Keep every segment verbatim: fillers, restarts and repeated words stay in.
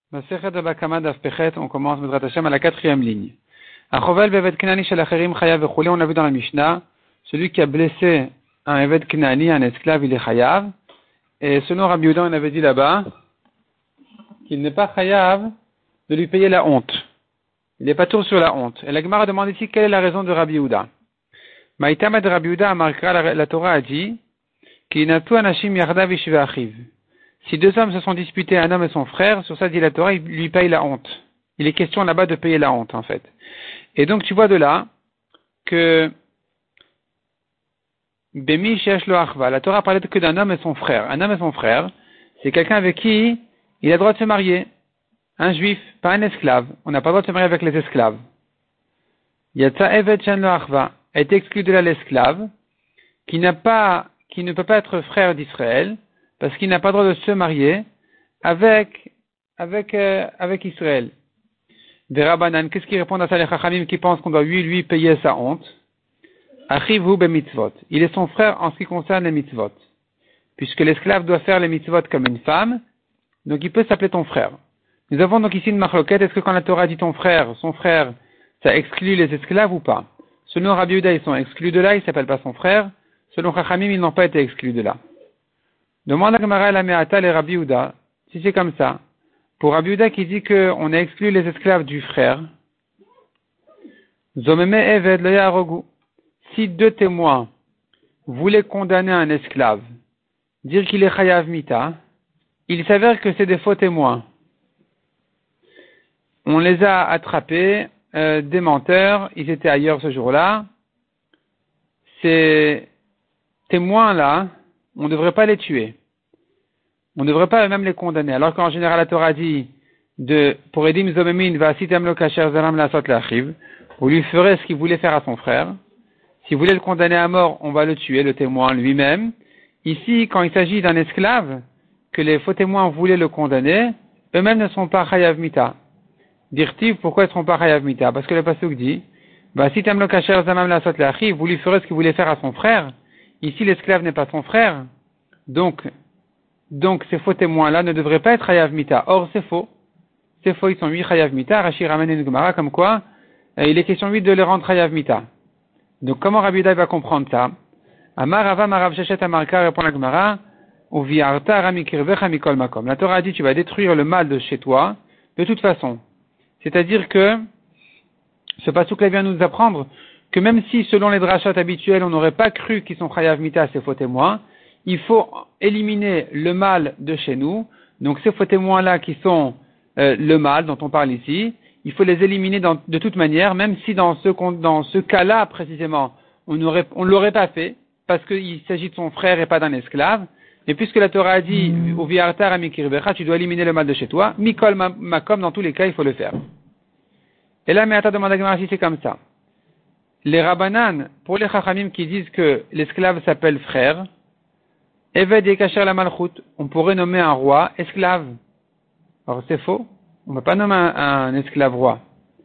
Masechet Baba Kama Daf Pechet, on commence Bezrat Hashem à la quatrième ligne. Achovel bevet Knani shel acherim chayav vechuli, on a vu dans la Mishnah, celui qui a blessé un evet Knani, un esclave, il est chayav. Et selon Rabbi Yehuda, on avait dit là-bas qu'il n'est pas chayav de lui payer la honte. Il n'est pas tour sur la honte. Et la Gemara demande ici quelle est la raison de Rabbi Yehuda. Maïtama de Rabbi Yehuda, la, la Torah a dit Kinatu anashim yardav ishve achiv. Si deux hommes se sont disputés, un homme et son frère, sur ça dit la Torah, il lui paye la honte. Il est question là-bas de payer la honte, en fait. Et donc tu vois de là que Bemi shesh lo achva, la Torah parlait que d'un homme et son frère. Un homme et son frère, c'est quelqu'un avec qui il a le droit de se marier. Un juif, pas un esclave. On n'a pas le droit de se marier avec les esclaves. Yatsa evet shen lo achva a été exclu de là l'esclave qui n'a pas, qui ne peut pas être frère d'Israël, parce qu'il n'a pas le droit de se marier avec, avec, euh, avec Israël. Des Rabbanan, qu'est-ce qui répond à ça les Chachamim qui pensent qu'on doit lui, lui payer sa honte? Achivu be mitzvot. Il est son frère en ce qui concerne les mitzvot. Puisque l'esclave doit faire les mitzvot comme une femme, donc il peut s'appeler ton frère. Nous avons donc ici une marloquette. Est-ce que quand la Torah dit ton frère, son frère, ça exclut les esclaves ou pas? Selon Rabbi Yehuda, ils sont exclus de là, ils s'appellent pas son frère. Selon Chachamim, ils n'ont pas été exclus de là. Demande à Gemara la Me'ata et Rabbi Yehuda, si c'est comme ça. Pour Rabbi Yehuda qui dit qu'on a exclu les esclaves du frère, Zomeme Eved lo yarogu. Si deux témoins voulaient condamner un esclave, dire qu'il est chayav mita, il s'avère que c'est des faux témoins. On les a attrapés, euh, des menteurs, ils étaient ailleurs ce jour-là. Ces témoins-là, on ne devrait pas les tuer. On ne devrait pas même les condamner. Alors qu'en général, la Torah dit de, pour Edim Zomemin, va sitem lo kasher zalam lasot l'achiv, on lui ferait ce qu'il voulait faire à son frère. S'il voulait le condamner à mort, on va le tuer, le témoin lui-même. Ici, quand il s'agit d'un esclave, que les faux témoins voulaient le condamner, eux-mêmes ne sont pas chayav mita. Dirtiv, pourquoi ils ne seront pas chayav mita? Parce que le pasuk dit, va sitem lo kasher zalam lasot l'achiv, vous lui ferez ce qu'il voulait faire à son frère. Ici, l'esclave n'est pas son frère. Donc, donc ces faux témoins-là ne devraient pas être chayav mita. Or, c'est faux. C'est faux, ils sont huit chayav mita. Rashi ramène une Gemara comme quoi, euh, il est question huit de les rendre chayav mita. Donc, comment Rabbi Yehuda va comprendre ça? Amar Rava Marav Shechet Amarka, répond la Gemara, ou viarta rami kirvecha mikol makom. La Torah a dit, tu vas détruire le mal de chez toi, de toute façon. C'est-à-dire que, ce pasuk-là vient nous apprendre que même si, selon les drachot habituels, on n'aurait pas cru qu'ils sont chayav mita, ces faux témoins, il faut éliminer le mal de chez nous. Donc, ces faux témoins-là qui sont euh, le mal dont on parle ici, il faut les éliminer dans, de toute manière, même si dans ce, dans ce cas-là, précisément, on ne l'aurait pas fait, parce qu'il s'agit de son frère et pas d'un esclave. Et puisque la Torah a dit, au viartar amikirbecha, tu dois éliminer le mal de chez toi, mikol makom, dans tous les cas, il faut le faire. Et là, Me'ata demande à Gemara si c'est comme ça. Les Rabbanan, pour les Chachamim qui disent que l'esclave s'appelle frère, Eved yekacher la malchut, on pourrait nommer un roi esclave. Alors c'est faux, on ne va pas nommer un, un esclave roi.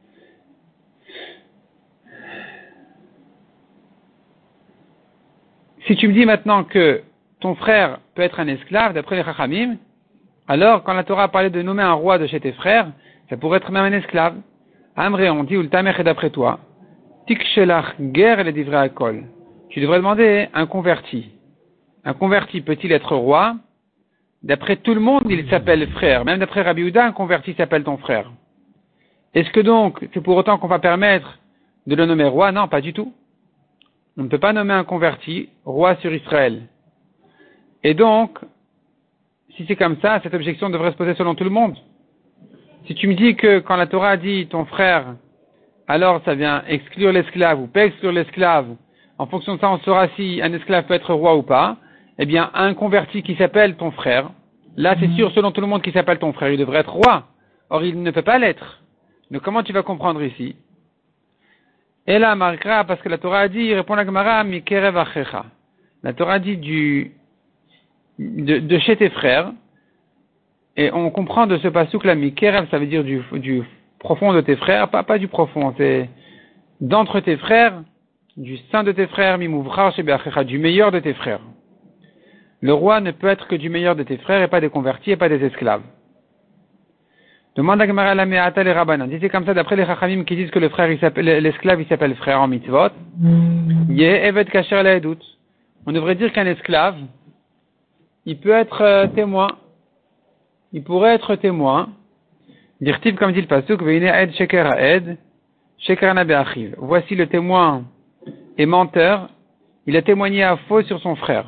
Si tu me dis maintenant que ton frère peut être un esclave, d'après les Chachamim, alors quand la Torah a parlé de nommer un roi de chez tes frères, ça pourrait être même un esclave. Amré, on dit, ou le tamer est d'après toi, Tikshelach ger le divrei akol. Tu devrais demander un converti. Un converti peut-il être roi? D'après tout le monde, il s'appelle frère. Même d'après Rabbi Yehuda, un converti s'appelle ton frère. Est-ce que donc, c'est pour autant qu'on va permettre de le nommer roi? Non, pas du tout. On ne peut pas nommer un converti roi sur Israël. Et donc, si c'est comme ça, cette objection devrait se poser selon tout le monde. Si tu me dis que quand la Torah dit ton frère, alors ça vient exclure l'esclave ou pas exclure l'esclave, en fonction de ça on saura si un esclave peut être roi ou pas, eh bien un converti qui s'appelle ton frère, là c'est sûr selon tout le monde qui s'appelle ton frère, il devrait être roi. Or il ne peut pas l'être. Donc comment tu vas comprendre ici? Et là marquera, parce que la Torah a dit, répond la Gemara, mikerev achecha. La Torah dit du, de, de chez tes frères, et on comprend de ce pasuk là, mikerev, ça veut dire du, du profond de tes frères, pas, pas du profond, c'est d'entre tes frères, du sein de tes frères, mimouvrar shebeachecha, du meilleur de tes frères. Le roi ne peut être que du meilleur de tes frères et pas des convertis et pas des esclaves. Demande à Gemara la Me'ata les Rabbanan. Si c'est comme ça, d'après les Chachamim qui disent que le frère, il s'appelle, l'esclave, il s'appelle frère en mitzvot, Yeh Evet Kasher La'edut. On devrait dire qu'un esclave, il peut être euh, témoin. Il pourrait être témoin. Dirtiv comme dit le pasuk, Veine Ed Sheker Ha'ed, Sheker Na Be'achiv. Voici le témoin et menteur. Il a témoigné à faux sur son frère.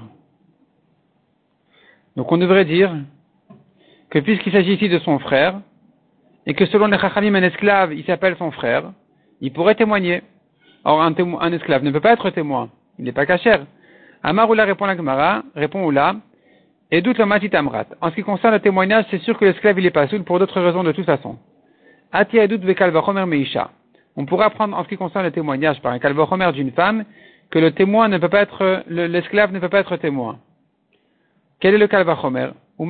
Donc on devrait dire que puisqu'il s'agit ici de son frère, et que selon les Chachamim, un esclave, il s'appelle son frère, il pourrait témoigner. Or, un, témo- un esclave ne peut pas être témoin. Il n'est pas cachère. Amar Oula répond la Gemara, répond Oula, et doute le matit amrat. En ce qui concerne le témoignage, c'est sûr que l'esclave, il est pas soul pour d'autres raisons de toute façon. Ati adout vekal vachomer meisha. On pourra apprendre en ce qui concerne le témoignage par un kalvachomer d'une femme, que le témoin ne peut pas être, le, l'esclave ne peut pas être témoin. Quel est le kalvachomer?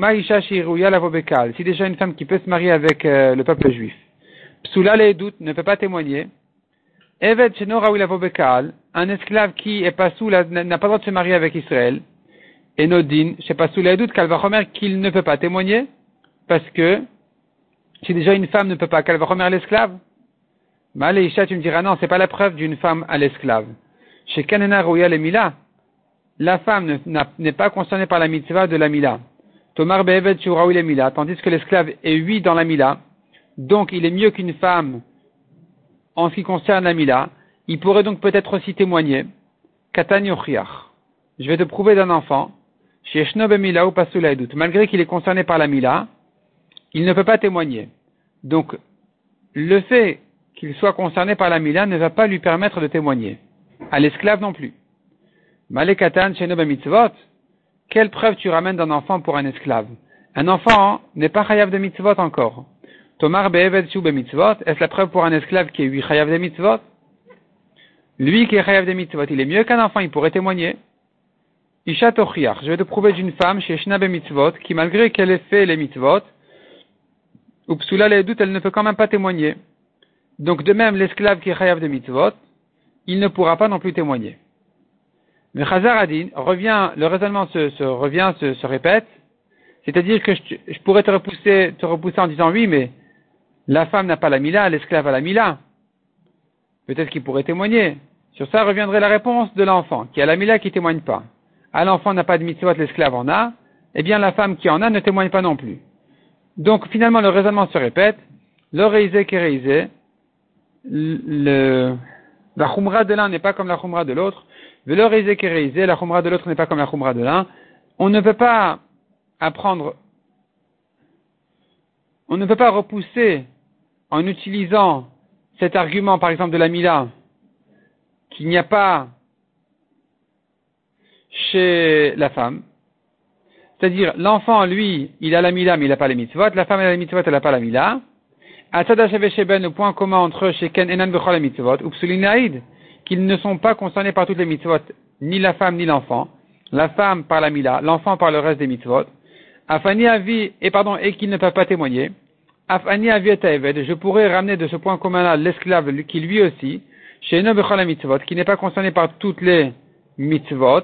Si déjà une femme qui peut se marier avec euh, le peuple juif, Psula les doutes ne peut pas témoigner. Evet Shenora ou Bekal, un esclave qui est pas sous n'a pas le droit de se marier avec Israël. Et Nodin, je sais pas sous les doutes, Kalvachomer qu'il ne peut pas témoigner, parce que si déjà une femme ne peut pas Kalvachomer l'esclave, Maléisha, tu me diras non, c'est pas la preuve d'une femme à l'esclave. Chez Kanena Royal et Mila, la femme ne, n'est pas concernée par la mitzvah de la Mila. Tomar be'eved shuraoui mila, tandis que l'esclave est huit dans la Mila, donc il est mieux qu'une femme en ce qui concerne la Mila. Il pourrait donc peut-être aussi témoigner. Katani ochiach. Je vais te prouver d'un enfant. Sheshno be'mila ou pasula edut. Malgré qu'il est concerné par la Mila, il ne peut pas témoigner. Donc, le fait qu'il soit concerné par la Mila ne va pas lui permettre de témoigner. À l'esclave non plus. Malekatan sheno be'mitzvot. Quelle preuve tu ramènes d'un enfant pour un esclave? Un enfant n'est pas chayav de mitzvot encore. Tomar be'eved shu be'mitzvot, est-ce la preuve pour un esclave qui est lui chayav de mitzvot? Lui qui est chayav de mitzvot, il est mieux qu'un enfant, il pourrait témoigner. Isha tochiach, je vais te prouver d'une femme chez Shna be'mitzvot, qui malgré qu'elle ait fait les mitzvot, ou psula les doutes, elle ne peut quand même pas témoigner. Donc de même, l'esclave qui est chayav de mitzvot, il ne pourra pas non plus témoigner. Mais Chazar Adin revient, le raisonnement se, se revient, se, se répète, c'est-à-dire que je, je pourrais te repousser, te repousser en disant oui, mais la femme n'a pas la mila, l'esclave a la mila. Peut-être qu'il pourrait témoigner. Sur ça reviendrait la réponse de l'enfant, qui a la mila qui témoigne pas. Ah, l'enfant n'a pas de mitzvot, l'esclave en a, eh bien la femme qui en a ne témoigne pas non plus. Donc finalement le raisonnement se répète, le reisé qui est reisé, le, la khumra de l'un n'est pas comme la khumra de l'autre, le reisé qui est reisé, la khumra de l'autre n'est pas comme la khumra de l'un. On ne peut pas apprendre, on ne peut pas repousser en utilisant cet argument, par exemple de la Mila, qu'il n'y a pas chez la femme. C'est-à-dire, l'enfant, lui, il a la Mila, mais il n'a pas les mitzvot. La femme, elle a les mitzvot, elle n'a pas la Mila. Atada Sheben, le point commun entre Sheken Enan Bechol les mitzvot, ou Psulinaïd, qu'ils ne sont pas concernés par toutes les mitzvot, ni la femme, ni l'enfant. La femme par la Mila, l'enfant par le reste des mitzvot. Afani Avi, et pardon, et qu'ils ne peuvent pas témoigner. Afani Avi et Taeved, je pourrais ramener de ce point commun-là l'esclave qui lui aussi, chez Eno Bechol la mitzvot, qui n'est pas concerné par toutes les mitzvot,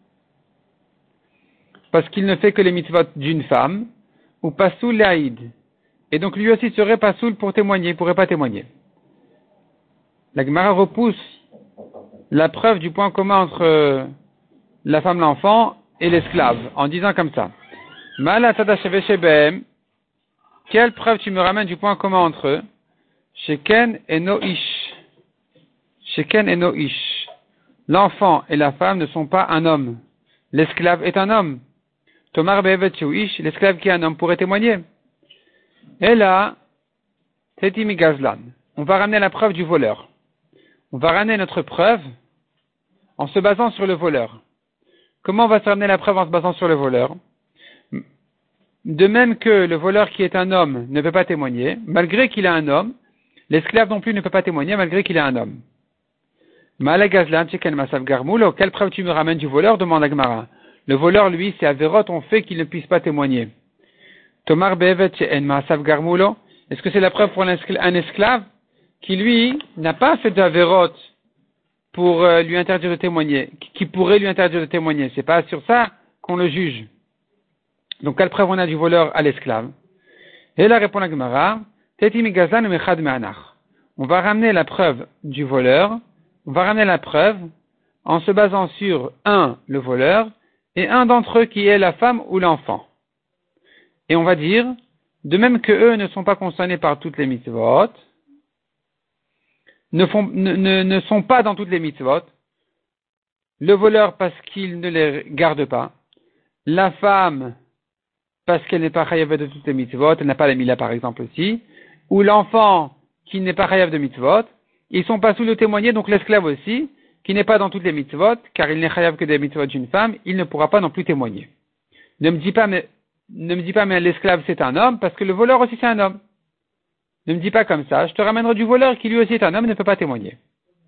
parce qu'il ne fait que les mitzvot d'une femme, ou Pasoul Laïd. Et donc lui aussi serait Pasoul pour témoigner, il pourrait pas témoigner. La Gemara repousse la preuve du point commun entre euh, la femme, l'enfant et l'esclave, en disant comme ça. Quelle preuve tu me ramènes du point commun entre eux? Sheken et Noish. Sheken et Noish. L'enfant et la femme ne sont pas un homme. L'esclave est un homme. Tomar be'evet shuish, l'esclave qui est un homme pourrait témoigner. Et là, Tetimi Gazlan. On va ramener la preuve du voleur. On va ramener notre preuve en se basant sur le voleur. Comment on va se ramener la preuve en se basant sur le voleur? De même que le voleur qui est un homme ne peut pas témoigner, malgré qu'il est un homme, l'esclave non plus ne peut pas témoigner malgré qu'il est un homme. Malagazlan, Sheken Masav Garmoulo, quelle preuve tu me ramènes du voleur? Demande la Gemara. Le voleur, lui, c'est Averot, on fait qu'il ne puisse pas témoigner. Tomar Be'evet She'en Masav Garmoulo, est-ce que c'est la preuve pour un esclave qui, lui, n'a pas fait d'Averot pour euh, lui interdire de témoigner, qui pourrait lui interdire de témoigner? C'est pas sur ça qu'on le juge. Donc, quelle preuve on a du voleur à l'esclave? Et là, répond la Gemara, Teti Gazlan ou Mechad Me'anach. On va ramener la preuve du voleur, on va ramener la preuve en se basant sur un, le voleur, et un d'entre eux qui est la femme ou l'enfant. Et on va dire, de même que eux ne sont pas concernés par toutes les mitzvot, ne, font, ne, ne, ne sont pas dans toutes les mitzvot, le voleur parce qu'il ne les garde pas, la femme parce qu'elle n'est pas chayav de toutes les mitzvot, elle n'a pas la mila par exemple aussi, ou l'enfant qui n'est pas chayav de mitzvot, ils sont pas sous le témoigner, donc l'esclave aussi, qui n'est pas dans toutes les mitzvot, car il n'est chayav que des mitzvot d'une femme, il ne pourra pas non plus témoigner. Ne me dis pas, mais, ne me dis pas, mais l'esclave c'est un homme, parce que le voleur aussi c'est un homme. Ne me dis pas comme ça, je te ramènerai du voleur qui lui aussi est un homme et ne peut pas témoigner.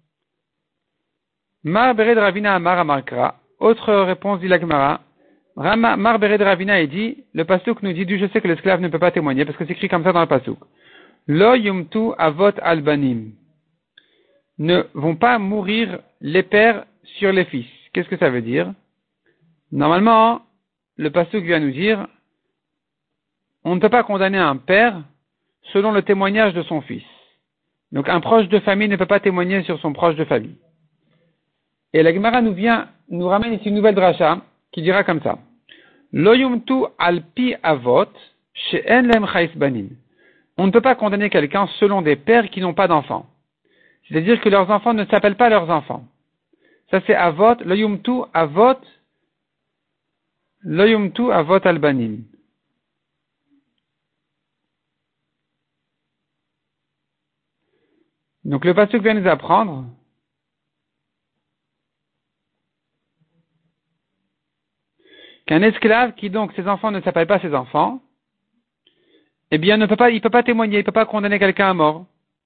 Mar Bered Ravina Amar Amarkra, autre réponse dit la Gemara, Mar Bered Ravina est dit, le pasuk nous dit, du je sais que l'esclave ne peut pas témoigner, parce que c'est écrit comme ça dans le pasuk. Lo yumtu avot albanim. Ne vont pas mourir les pères sur les fils. Qu'est-ce que ça veut dire? Normalement, le pasuk vient nous dire, on ne peut pas condamner un père selon le témoignage de son fils. Donc un proche de famille ne peut pas témoigner sur son proche de famille. Et la Gemara nous vient, nous ramène ici une nouvelle dracha qui dira comme ça. Lo yumtu alpi avot she'en lem chais banim. On ne peut pas condamner quelqu'un selon des pères qui n'ont pas d'enfants. C'est-à-dire que leurs enfants ne s'appellent pas leurs enfants. Ça c'est avot, lo yumtu avot, lo yumtu avot albanim. Donc le pasuk vient nous apprendre qu'un esclave qui donc ses enfants ne s'appellent pas ses enfants, eh bien ne peut pas, il peut pas témoigner, il peut pas condamner quelqu'un à mort.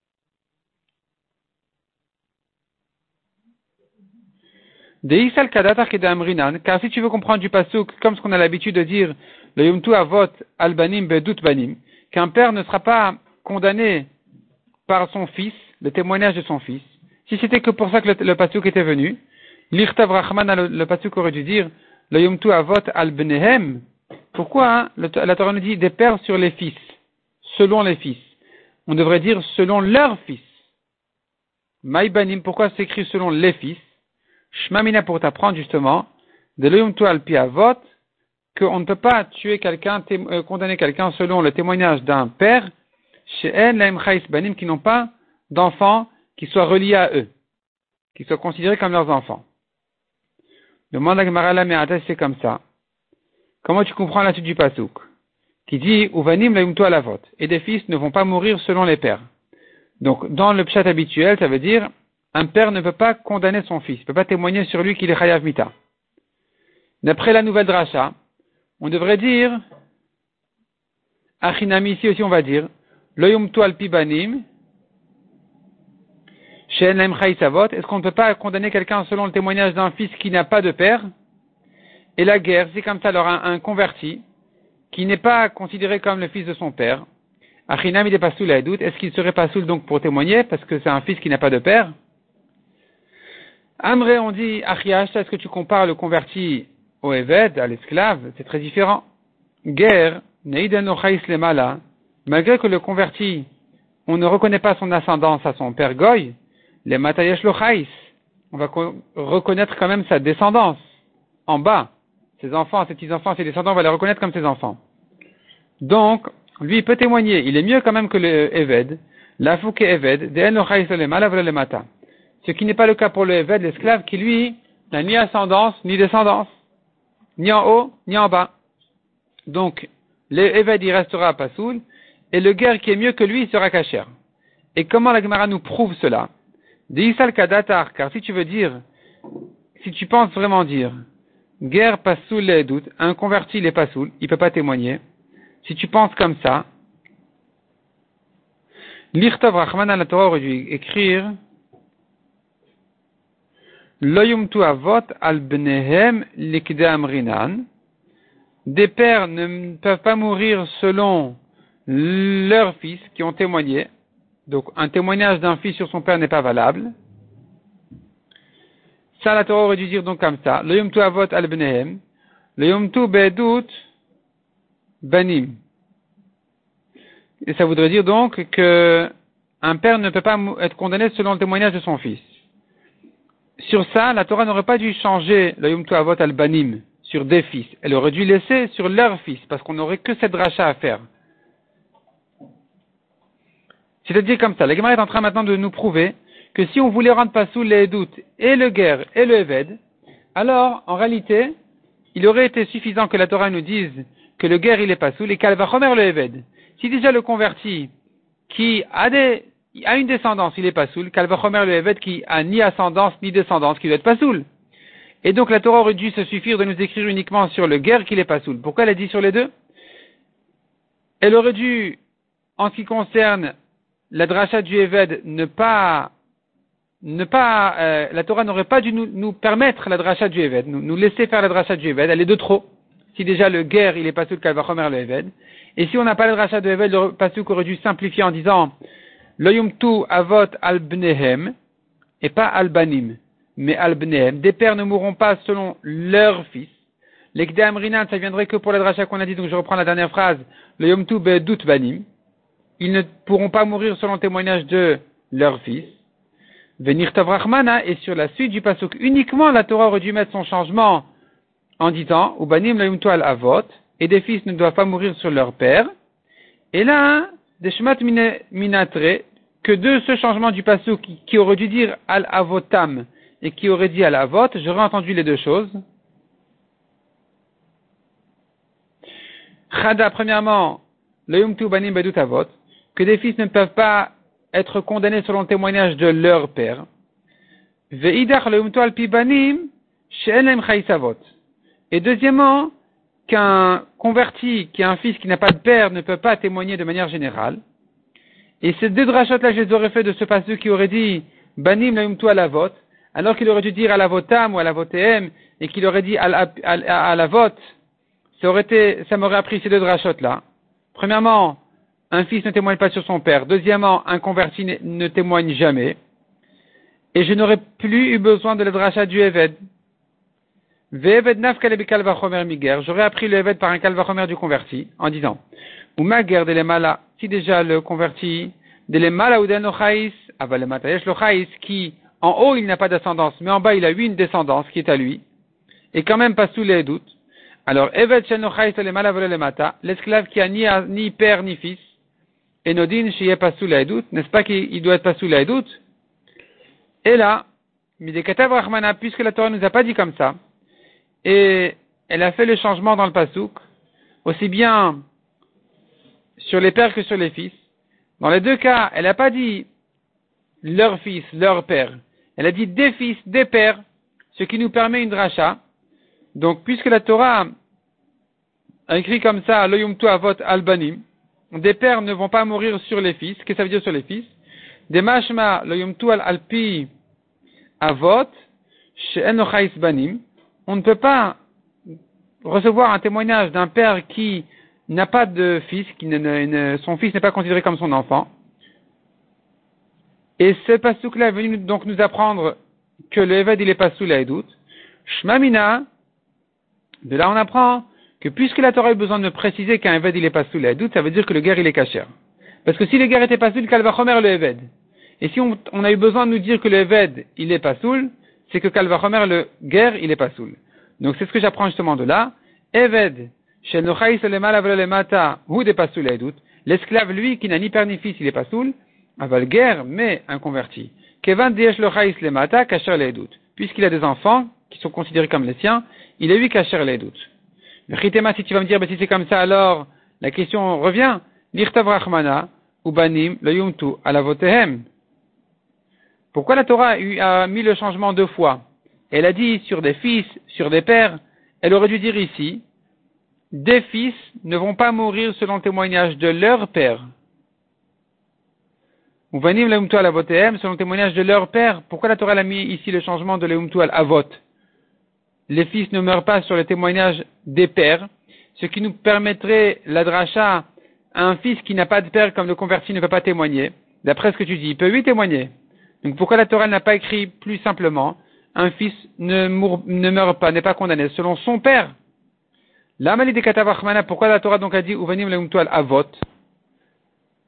Deisal kadatar kedamrinan, car si tu veux comprendre du pasuk comme ce qu'on a l'habitude de dire, le yumtu avot albanim bedut banim, qu'un père ne sera pas condamné par son fils, le témoignage de son fils. Si c'était que pour ça que le, le pasuk était venu, l'irtav rachman, le, le pasuk aurait dû dire le yumtu avot al benehem. Pourquoi hein, le, la Torah nous dit des pères sur les fils, selon les fils. On devrait dire selon leurs fils. Maïbanim, pourquoi c'est écrit selon les fils? Shmamina pour t'apprendre justement de le yumtu al pi avot qu'on ne peut pas tuer quelqu'un, té, euh, condamner quelqu'un selon le témoignage d'un père chez en laim chais banim qui n'ont pas d'enfants qui soient reliés à eux, qui soient considérés comme leurs enfants. Le monde de la Gemara la Me'ata, c'est comme ça. Comment tu comprends la suite du pasuk? Qui dit, Uvanim la yumtu alavot. Et des fils ne vont pas mourir selon les pères. Donc, dans le pshat habituel, ça veut dire, un père ne peut pas condamner son fils, ne peut pas témoigner sur lui qu'il est chayav mita. D'après la nouvelle dracha, on devrait dire, Achinami, ici aussi on va dire, Lo yumtu al pi banim, She'en laim chais avot. Est-ce qu'on ne peut pas condamner quelqu'un selon le témoignage d'un fils qui n'a pas de père? Et la guerre, c'est comme ça, alors un, un converti, qui n'est pas considéré comme le fils de son père, Achinam il n'est pas soul à doute, est-ce qu'il serait pas soul donc pour témoigner, parce que c'est un fils qui n'a pas de père? Amré, on dit, Achiash, est-ce que tu compares le converti au Eved, à l'esclave? C'est très différent. Guerre, Neiden ochais lemala, malgré que le converti, on ne reconnaît pas son ascendance à son père Goy, les matayesh lochais, on va co- reconnaître quand même sa descendance, en bas. Ses enfants, ses petits-enfants, ses descendants, on va les reconnaître comme ses enfants. Donc, lui, il peut témoigner. Il est mieux quand même que le Eved. La fouke Eved, de'en ochais lemala v'le mata. Ce qui n'est pas le cas pour le Eved, l'esclave, qui lui, n'a ni ascendance, ni descendance. Ni en haut, ni en bas. Donc, le Eved, il restera à Pasoul, et le guerre qui est mieux que lui, il sera kasher. Et comment la Gemara nous prouve cela? Deisal kadatar, car si tu veux dire, si tu penses vraiment dire, guerre pasoul les doutes, un converti il est pasoul, il peut pas témoigner. Si tu penses comme ça, l'irtav rachman à la Torah aurait dû écrire, lo yumtu avot al benehem likdam rinan. Des pères ne peuvent pas mourir selon leurs fils qui ont témoigné. Donc, un témoignage d'un fils sur son père n'est pas valable. Ça, la Torah aurait dû dire donc comme ça. Le yumtu avot al benehem. Le yumtu bedut banim. Et ça voudrait dire donc que un père ne peut pas être condamné selon le témoignage de son fils. Sur ça, la Torah n'aurait pas dû changer le Yom Tuavot al-Banim sur des fils. Elle aurait dû laisser sur leurs fils, parce qu'on n'aurait que cette dracha à faire. C'est-à-dire comme ça, la Gemara est en train maintenant de nous prouver que si on voulait rendre pasoul les doutes et le guerre et le éved, alors, en réalité, il aurait été suffisant que la Torah nous dise que le guerre il est pasoul et qu'elle va remettre le éved. Si déjà le converti qui a des Il a une descendance, il est pasoul, Kalvachomer le Eved qui a ni ascendance ni descendance, qui doit être pasoul. Et donc la Torah aurait dû se suffire de nous écrire uniquement sur le guerre qu'il est pasoul. Pourquoi elle a dit sur les deux? Elle aurait dû, en ce qui concerne la dracha du Eved, ne pas, ne pas, euh, la Torah n'aurait pas dû nous, nous permettre la dracha du Eved, nous, nous laisser faire la dracha du Eved, elle est de trop. Si déjà le guerre il est pasoul, Kalvachomer le Eved. Et si on n'a pas la dracha du Eved, le pasoul aurait dû simplifier en disant Lo yumtu avot al bnehem, et pas al banim, mais al bnehem. Des pères ne mourront pas selon leurs fils. L'ekdam rinan, ça viendrait que pour la dracha qu'on a dit, donc je reprends la dernière phrase. Lo yumtu bedut banim. Ils ne pourront pas mourir selon le témoignage de leurs fils. Venir tavrachmana, et sur la suite du pasuk, uniquement la Torah aurait dû mettre son changement en disant, ou banim lo yumtu al avot, et des fils ne doivent pas mourir sur leur père. Et là, des shmat minatre, que de ce changement du pasuk qui, qui aurait dû dire al avotam et qui aurait dit al avot, j'aurais entendu les deux choses. Chada, premièrement, le yumtu banim bedut avot, que des fils ne peuvent pas être condamnés selon le témoignage de leur père. Veidach le yumtu al pi banim she'en chayis avot. Et deuxièmement, qu'un converti, qui a un fils qui n'a pas de père, ne peut pas témoigner de manière générale. Et ces deux drachot-là, je les aurais fait de ce passage qui aurait dit Banim laïmtu à la vote, alors qu'il aurait dû dire à la votam ou à la votem, et qu'il aurait dit à la, à, à, à la vote, ça aurait été, ça m'aurait appris ces deux drachot-là. Premièrement, un fils ne témoigne pas sur son père. Deuxièmement, un converti ne, ne témoigne jamais. Et je n'aurais plus eu besoin de la dracha du Eved. J'aurais appris le Eved par un kalvachomer du converti, en disant, ou ma guerre de l'emala, si déjà le converti, de l'emala ou d'anochaïs, avalematesh lochaïs, qui, en haut il n'a pas d'ascendance, mais en bas il a eu une descendance qui est à lui, et quand même pas sous les doutes. Alors, Eved shenochaïs l'emala volelemata, l'esclave qui a ni, ni père ni fils, et nodin shiye pas sous les doutes, n'est-ce pas qu'il doit être pas sous les doutes? Et là, midekatav rachmana, puisque la Torah nous a pas dit comme ça, et elle a fait le changement dans le pasouk, aussi bien sur les pères que sur les fils. Dans les deux cas, elle n'a pas dit leur fils, leur père. Elle a dit des fils, des pères, ce qui nous permet une dracha. Donc, puisque la Torah a écrit comme ça, lo yumtu avot albanim, des pères ne vont pas mourir sur les fils. Qu'est-ce que ça veut dire sur les fils? Des mashma lo yumtu al alpi avot, she'en ochais banim. On ne peut pas recevoir un témoignage d'un père qui n'a pas de fils, qui ne, ne, son fils n'est pas considéré comme son enfant. Et ce pasuk-là est venu donc nous apprendre que le Eved il est pas sous la doute. Shmamina, de là on apprend que puisque la Torah a eu besoin de préciser qu'un Eved il est pas sous la doute, ça veut dire que le guerre il est cachère. Parce que si le guerre était pas sous, Kalvachomer le Eved. Et si on, on a eu besoin de nous dire que le Eved il est pas sous, c'est que Kalvachomer le guerre il est pas sous. Donc c'est ce que j'apprends justement de là. Eved, l'esclave, lui, qui n'a ni père ni fils, il est pas soul, aval guerre, mais un converti. Puisqu'il a des enfants, qui sont considérés comme les siens, il est lui kacher les doutes. Le chitema, si tu vas me dire, bah, si c'est comme ça, alors, la question revient. L'irtav rachmana, ubanim, le yumtu, ala votehem. Pourquoi la Torah a mis le changement deux fois? Elle a dit sur des fils, sur des pères, elle aurait dû dire ici, des fils ne vont pas mourir selon le témoignage de leur père. Ou vanim leumtu al avotehem, selon le témoignage de leur père. Pourquoi la Torah a mis ici le changement de leumtu al avot? Les fils ne meurent pas sur le témoignage des pères, ce qui nous permettrait la dracha à un fils qui n'a pas de père comme le converti ne peut pas témoigner. D'après ce que tu dis, il peut lui témoigner. Donc pourquoi la Torah n'a pas écrit plus simplement, un fils ne, mour, ne meurt pas, n'est pas condamné selon son père? La maladie de Katavachmana, pourquoi la Torah donc a dit Uvanim leumtu al avot?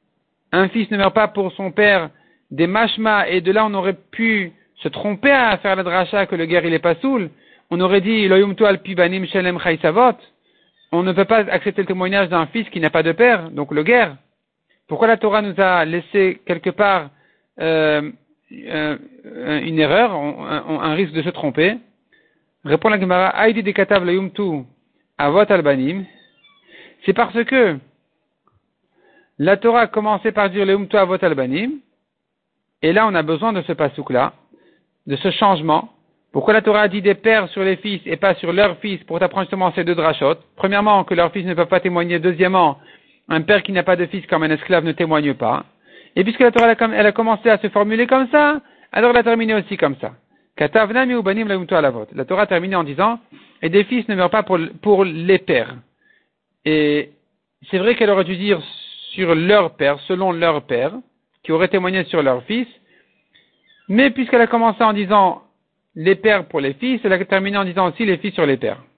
un fils ne meurt pas pour son père des mashma, et de là on aurait pu se tromper à faire la dracha que le guerre il est pas soul. On aurait dit loyumtu al pibanim shelem chaysavot. On ne peut pas accepter le témoignage d'un fils qui n'a pas de père, donc le guerre. Pourquoi la Torah nous a laissé quelque part euh, euh, une erreur, un, un risque de se tromper? Répond la Gemara, Aïdi de katav loyumtu avot albanim. C'est parce que la Torah a commencé par dire loyumtu avot albanim, et là on a besoin de ce pasouk-là, de ce changement. Pourquoi la Torah a dit des pères sur les fils et pas sur leurs fils pour t'apprendre justement ces deux drachot? Premièrement, que leurs fils ne peuvent pas témoigner. Deuxièmement, un père qui n'a pas de fils comme un esclave ne témoigne pas. Et puisque la Torah elle a commencé à se formuler comme ça, alors elle a terminé aussi comme ça. La Torah a terminé en disant, et des fils ne meurent pas pour, pour les pères. Et c'est vrai qu'elle aurait dû dire sur leur père, selon leur père, qui aurait témoigné sur leur fils, mais puisqu'elle a commencé en disant les pères pour les fils, elle a terminé en disant aussi les fils sur les pères.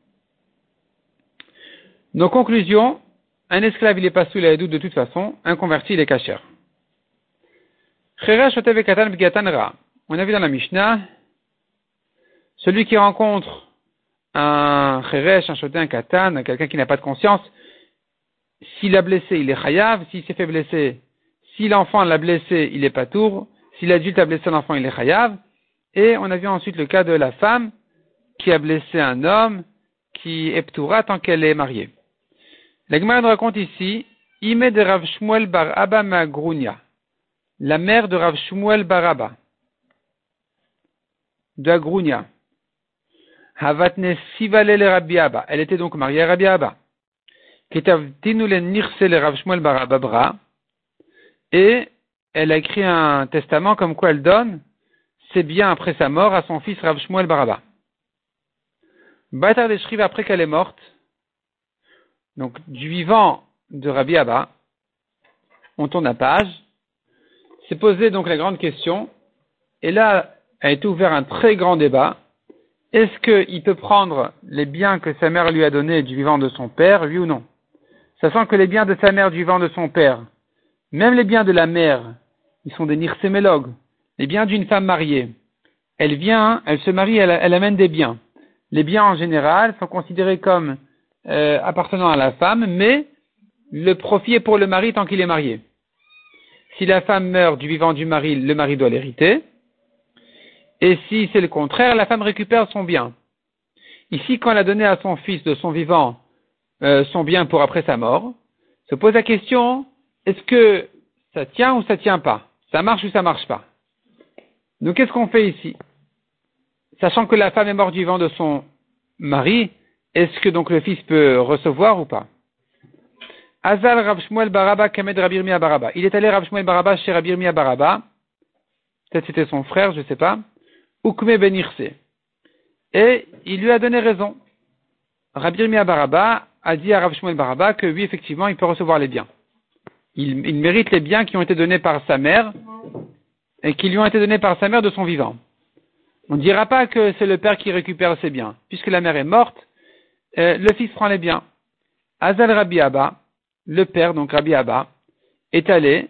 Nos conclusions, un esclave il est pas sous la doute de toute façon, un converti il est cachère. On a vu dans la Mishnah, celui qui rencontre un cheresh, un choté, un katan, quelqu'un qui n'a pas de conscience, s'il a blessé, il est chayav, s'il s'est fait blesser, si l'enfant l'a blessé, il est patour, si l'adulte a blessé l'enfant, il est chayav. Et on a vu ensuite le cas de la femme qui a blessé un homme qui est ptoura tant qu'elle est mariée. La Gemara nous raconte ici, Ime de Rav Shmuel bar Abba Magrounia, la mère de Rav Shmuel bar Abba, de Agrounia. Havatne Sivale le Rabbi Abba, elle était donc mariée à Rabbi Abba. Ketavtinu le Nirse le Rav Shmuel bar Abba bra, et elle a écrit un testament comme quoi elle donne c'est bien après sa mort à son fils Rav Shmuel bar Abba. Batar de Shriv après qu'elle est morte, donc du vivant de Rabbi Abba, on tourne la page, s'est posé donc la grande question, et là a été ouvert un très grand débat. Est-ce qu'il peut prendre les biens que sa mère lui a donnés du vivant de son père, oui ou non? Sachant que les biens de sa mère du vivant de son père, même les biens de la mère, ils sont des nirsémélogues. Les biens d'une femme mariée, elle vient, elle se marie, elle, elle amène des biens. Les biens en général sont considérés comme euh, appartenant à la femme, mais le profit est pour le mari tant qu'il est marié. Si la femme meurt du vivant du mari, le mari doit l'hériter. Et si c'est le contraire, la femme récupère son bien. Ici, quand elle a donné à son fils de son vivant euh, son bien pour après sa mort, se pose la question, est-ce que ça tient ou ça tient pas? Ça marche ou ça marche pas? Donc, qu'est-ce qu'on fait ici? Sachant que la femme est morte du vivant de son mari, est-ce que donc le fils peut recevoir ou pas? Azal Rav Shmuel Baraba Kamed Rabbi Yirmiyah Baraba. Il est allé Rav Shmuel Baraba chez Rabbi Yirmiyah Baraba. Peut-être c'était son frère, je sais pas. Ukme ben Irse. Et il lui a donné raison. Rabbi Yirmiyah Baraba a dit à Rav Shmuel Baraba que oui, effectivement, il peut recevoir les biens. Il, il mérite les biens qui ont été donnés par sa mère et qui lui ont été donnés par sa mère de son vivant. On ne dira pas que c'est le père qui récupère ses biens. Puisque la mère est morte, euh, le fils prend les biens. Azal Rabbi Abba, le père, donc Rabbi Abba, est allé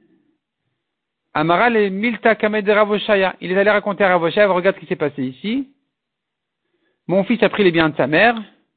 Amara le Milta Kamed de Ravoshaya. Il est allé raconter à Ravoshaya, regarde ce qui s'est passé ici. Mon fils a pris les biens de sa mère.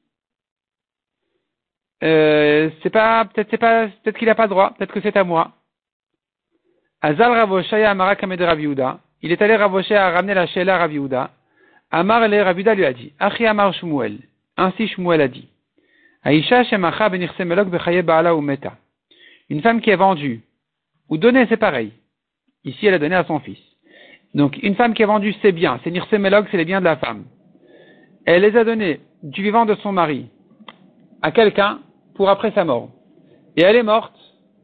Euh, c'est pas, peut-être c'est pas, peut-être qu'il n'a pas le droit, peut-être que c'est à moi. Azal Ravoshaya Amara Kamed de Rabbi Yehuda. Il est allé Ravoshaya ramener la Sheila à Rabbi Yehuda. Amar le Rabbi Yehuda lui a dit, Achi Amar Shmuel. Ainsi Shmuel a dit. Aisha Shemacha benirse melok bechaye baala ou meta. Une femme qui est vendue, ou donnée, c'est pareil. Ici, elle a donné à son fils. Donc, une femme qui a vendu ses biens, c'est nirse melok, c'est les biens de la femme. Elle les a donnés du vivant de son mari à quelqu'un pour après sa mort. Et elle est morte.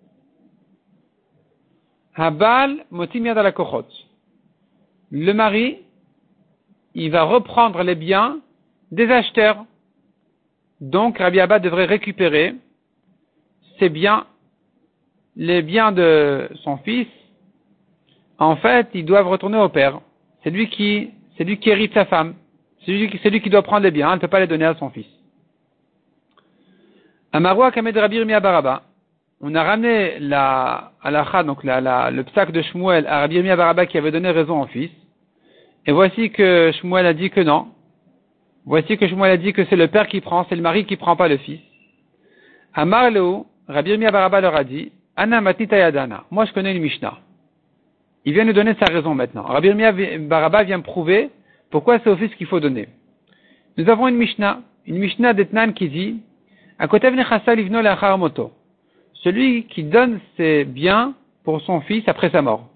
Habal motim yad ala kochot. Le mari, il va reprendre les biens des acheteurs. Donc, Rabbi Abba devrait récupérer ses biens, les biens de son fils. En fait, ils doivent retourner au père. C'est lui qui, c'est lui qui hérite sa femme. C'est lui, c'est lui qui doit prendre les biens. Elle ne peut pas les donner à son fils. Amaroua Kamed Rabbi Yirmiyah Baraba. on a ramené la halakha, donc la, la, le psak de Shmuel à Rabbi Yirmiyah bar Abba qui avait donné raison au fils. Et voici que Shmuel a dit que non. Voici que Shmuel a dit que c'est le père qui prend, c'est le mari qui prend pas le fils. Amar Leo, Rabbi Yirmiyah bar Abba leur a dit, Anna matnita yadana. Moi je connais une Mishnah. Il vient nous donner sa raison maintenant. Rabbi Yirmiyah bar Abba vient prouver pourquoi c'est au fils qu'il faut donner. Nous avons une Mishnah, une Mishnah d'Etnan qui dit, Akotev nechasa livno leachar moto. Celui qui donne ses biens pour son fils après sa mort.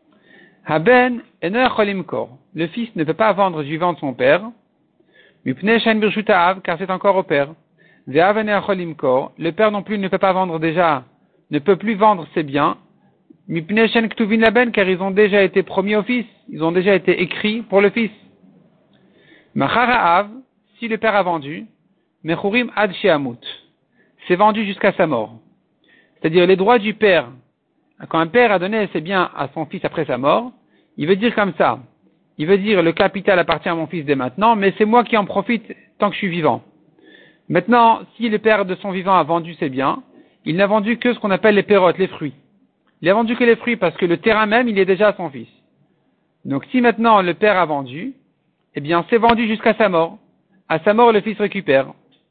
Haben eno yachol limkor. Le fils ne peut pas vendre du vivant de son père. Mipnei she'en birshut ha'av, car c'est encore au père. Ve'av eno yachol limkor. Le père non plus ne peut pas vendre déjà, ne peut plus vendre ses biens. Mipnei she'en ktuvin laben, car ils ont déjà été promis au fils. Ils ont déjà été écrits pour le fils. Machar ha'av, si le père a vendu, mechurim ad she'amut. C'est vendu jusqu'à sa mort. C'est-à-dire les droits du père. Quand un père a donné ses biens à son fils après sa mort, il veut dire comme ça. Il veut dire le capital appartient à mon fils dès maintenant, mais c'est moi qui en profite tant que je suis vivant. Maintenant, si le père de son vivant a vendu ses biens, il n'a vendu que ce qu'on appelle les pérotes, les fruits. Il a vendu que les fruits parce que le terrain même, il est déjà à son fils. Donc si maintenant le père a vendu, eh bien c'est vendu jusqu'à sa mort. À sa mort, le fils récupère.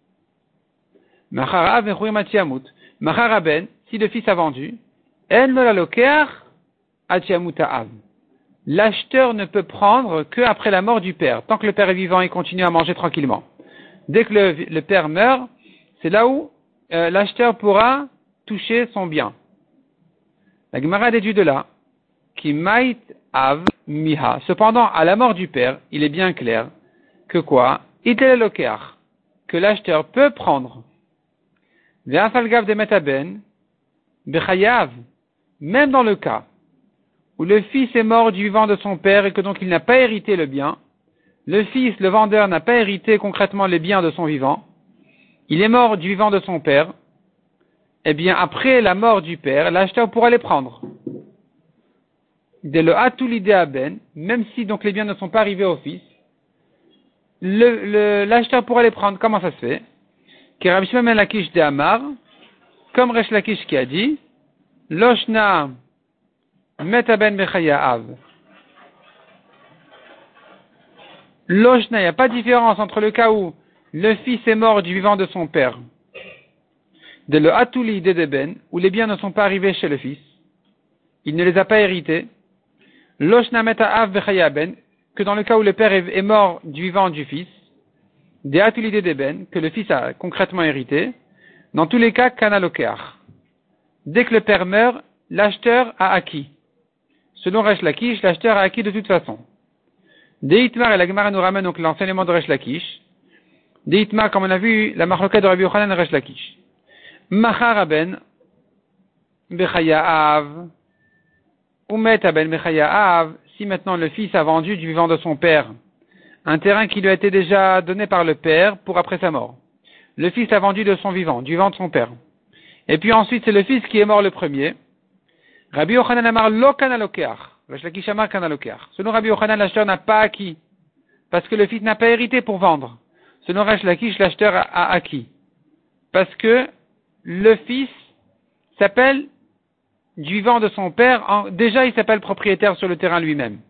Macharav mechurim ad she'amut. Macharaben, si le fils a vendu, en lo lalokeach ad she'amut ha'av. L'acheteur ne peut prendre que après la mort du père. Tant que le père est vivant, il continue à manger tranquillement. Dès que le, le père meurt, c'est là où euh, l'acheteur pourra toucher son bien. La Gemara déduit de là, qui mait av miha. Cependant, à la mort du père, il est bien clair que quoi? Itel lokeach, que l'acheteur peut prendre. Ve'afalgav de metaben, bechayav, même dans le cas où le fils est mort du vivant de son père et que donc il n'a pas hérité le bien, le fils, le vendeur, n'a pas hérité concrètement les biens de son vivant, il est mort du vivant de son père, eh bien après la mort du père, l'acheteur pourra les prendre. De le hatulide ben, même si donc les biens ne sont pas arrivés au fils, le, le, l'acheteur pourra les prendre. Comment ça se fait? Que Rabbi Shimon ben Lakish de Amar, comme Resh Lakish qui a dit, Loshna metaben bechayaav. Loshna, il n'y a pas de différence entre le cas où le fils est mort du vivant de son père, de le hatuli de deben, où les biens ne sont pas arrivés chez le fils, il ne les a pas hérités. Loshna metaav bechayaben, que dans le cas où le père est mort du vivant du fils, des hatuli de deben, que le fils a concrètement hérité, dans tous les cas, kana lokeach. Dès que le père meurt, l'acheteur a acquis. Selon Resh Lakish, l'acheteur a acquis de toute façon. Deitmar et la Gemara nous ramène donc l'enseignement de Resh Lakish. Deitmar, comme on a vu, la marloquette de Rabbi Yochanan et Resh Lakish. Machar aben bechayaav umet aben bechayaav. Si maintenant le fils a vendu du vivant de son père un terrain qui lui a été déjà donné par le père pour après sa mort. Le fils a vendu de son vivant, du vivant de son père. Et puis ensuite, c'est le fils qui est mort le premier. Rabbi Yochanan amar lo kana lokeach. Resh Lakish amar kana lokeach. Selon Rabbi Yochanan, l'acheteur n'a pas acquis. Parce que le fils n'a pas hérité pour vendre. Selon Resh Lakish, l'acheteur a, a acquis. Parce que le fils s'appelle du vivant de son père. En, déjà, il s'appelle propriétaire sur le terrain lui-même.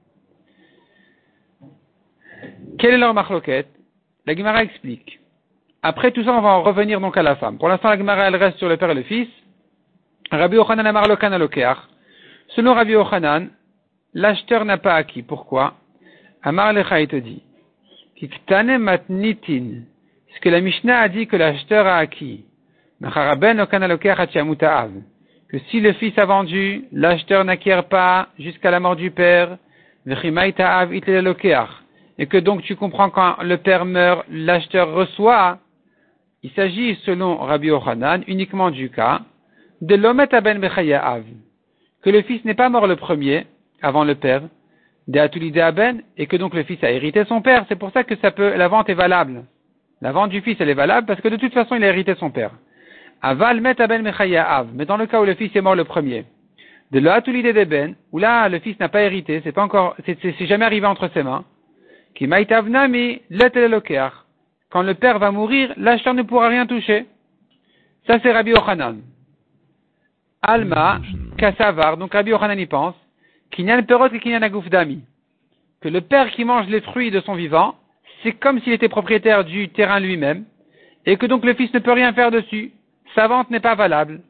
Quelle est leur marloquette? La Gemara explique. Après tout ça, on va en revenir donc à la femme. Pour l'instant, la Gemara, elle reste sur le père et le fils. Rabbi Yochanan amar lo kana lokeach. Selon Rabbi Yochanan, l'acheteur n'a pas acquis. Pourquoi? Amar lecha, il te dit. Kiktane matnitin. Ce que la Mishnah a dit que l'acheteur a acquis. Macharaben lo kana lokeach atchiamut ha'av. Que si le fils a vendu, l'acheteur n'acquiert pas jusqu'à la mort du père. Vechimait ha'av itle lokeach. Et que donc tu comprends quand le père meurt, l'acheteur reçoit. Il s'agit, selon Rabbi Yochanan, uniquement du cas de l'omet aben bechayaav, que le fils n'est pas mort le premier, avant le père, de hatulide aben, et que donc le fils a hérité son père. C'est pour ça que ça peut, la vente est valable. La vente du fils, elle est valable parce que de toute façon, il a hérité son père. Aval met aben bechayaav, mais dans le cas où le fils est mort le premier, de le hatulide deben, où là, le fils n'a pas hérité, c'est pas encore, c'est, c'est, c'est jamais arrivé entre ses mains, qui maïtavnami letelelokeach. Quand le père va mourir, l'acheteur ne pourra rien toucher. Ça, c'est Rabbi Yochanan. Alma, Kassavar, donc Rabbi Yochanan y pense, Kinyan Perot et Kinyan Agouf Dami, que le père qui mange les fruits de son vivant, c'est comme s'il était propriétaire du terrain lui-même, et que donc le fils ne peut rien faire dessus. Sa vente n'est pas valable.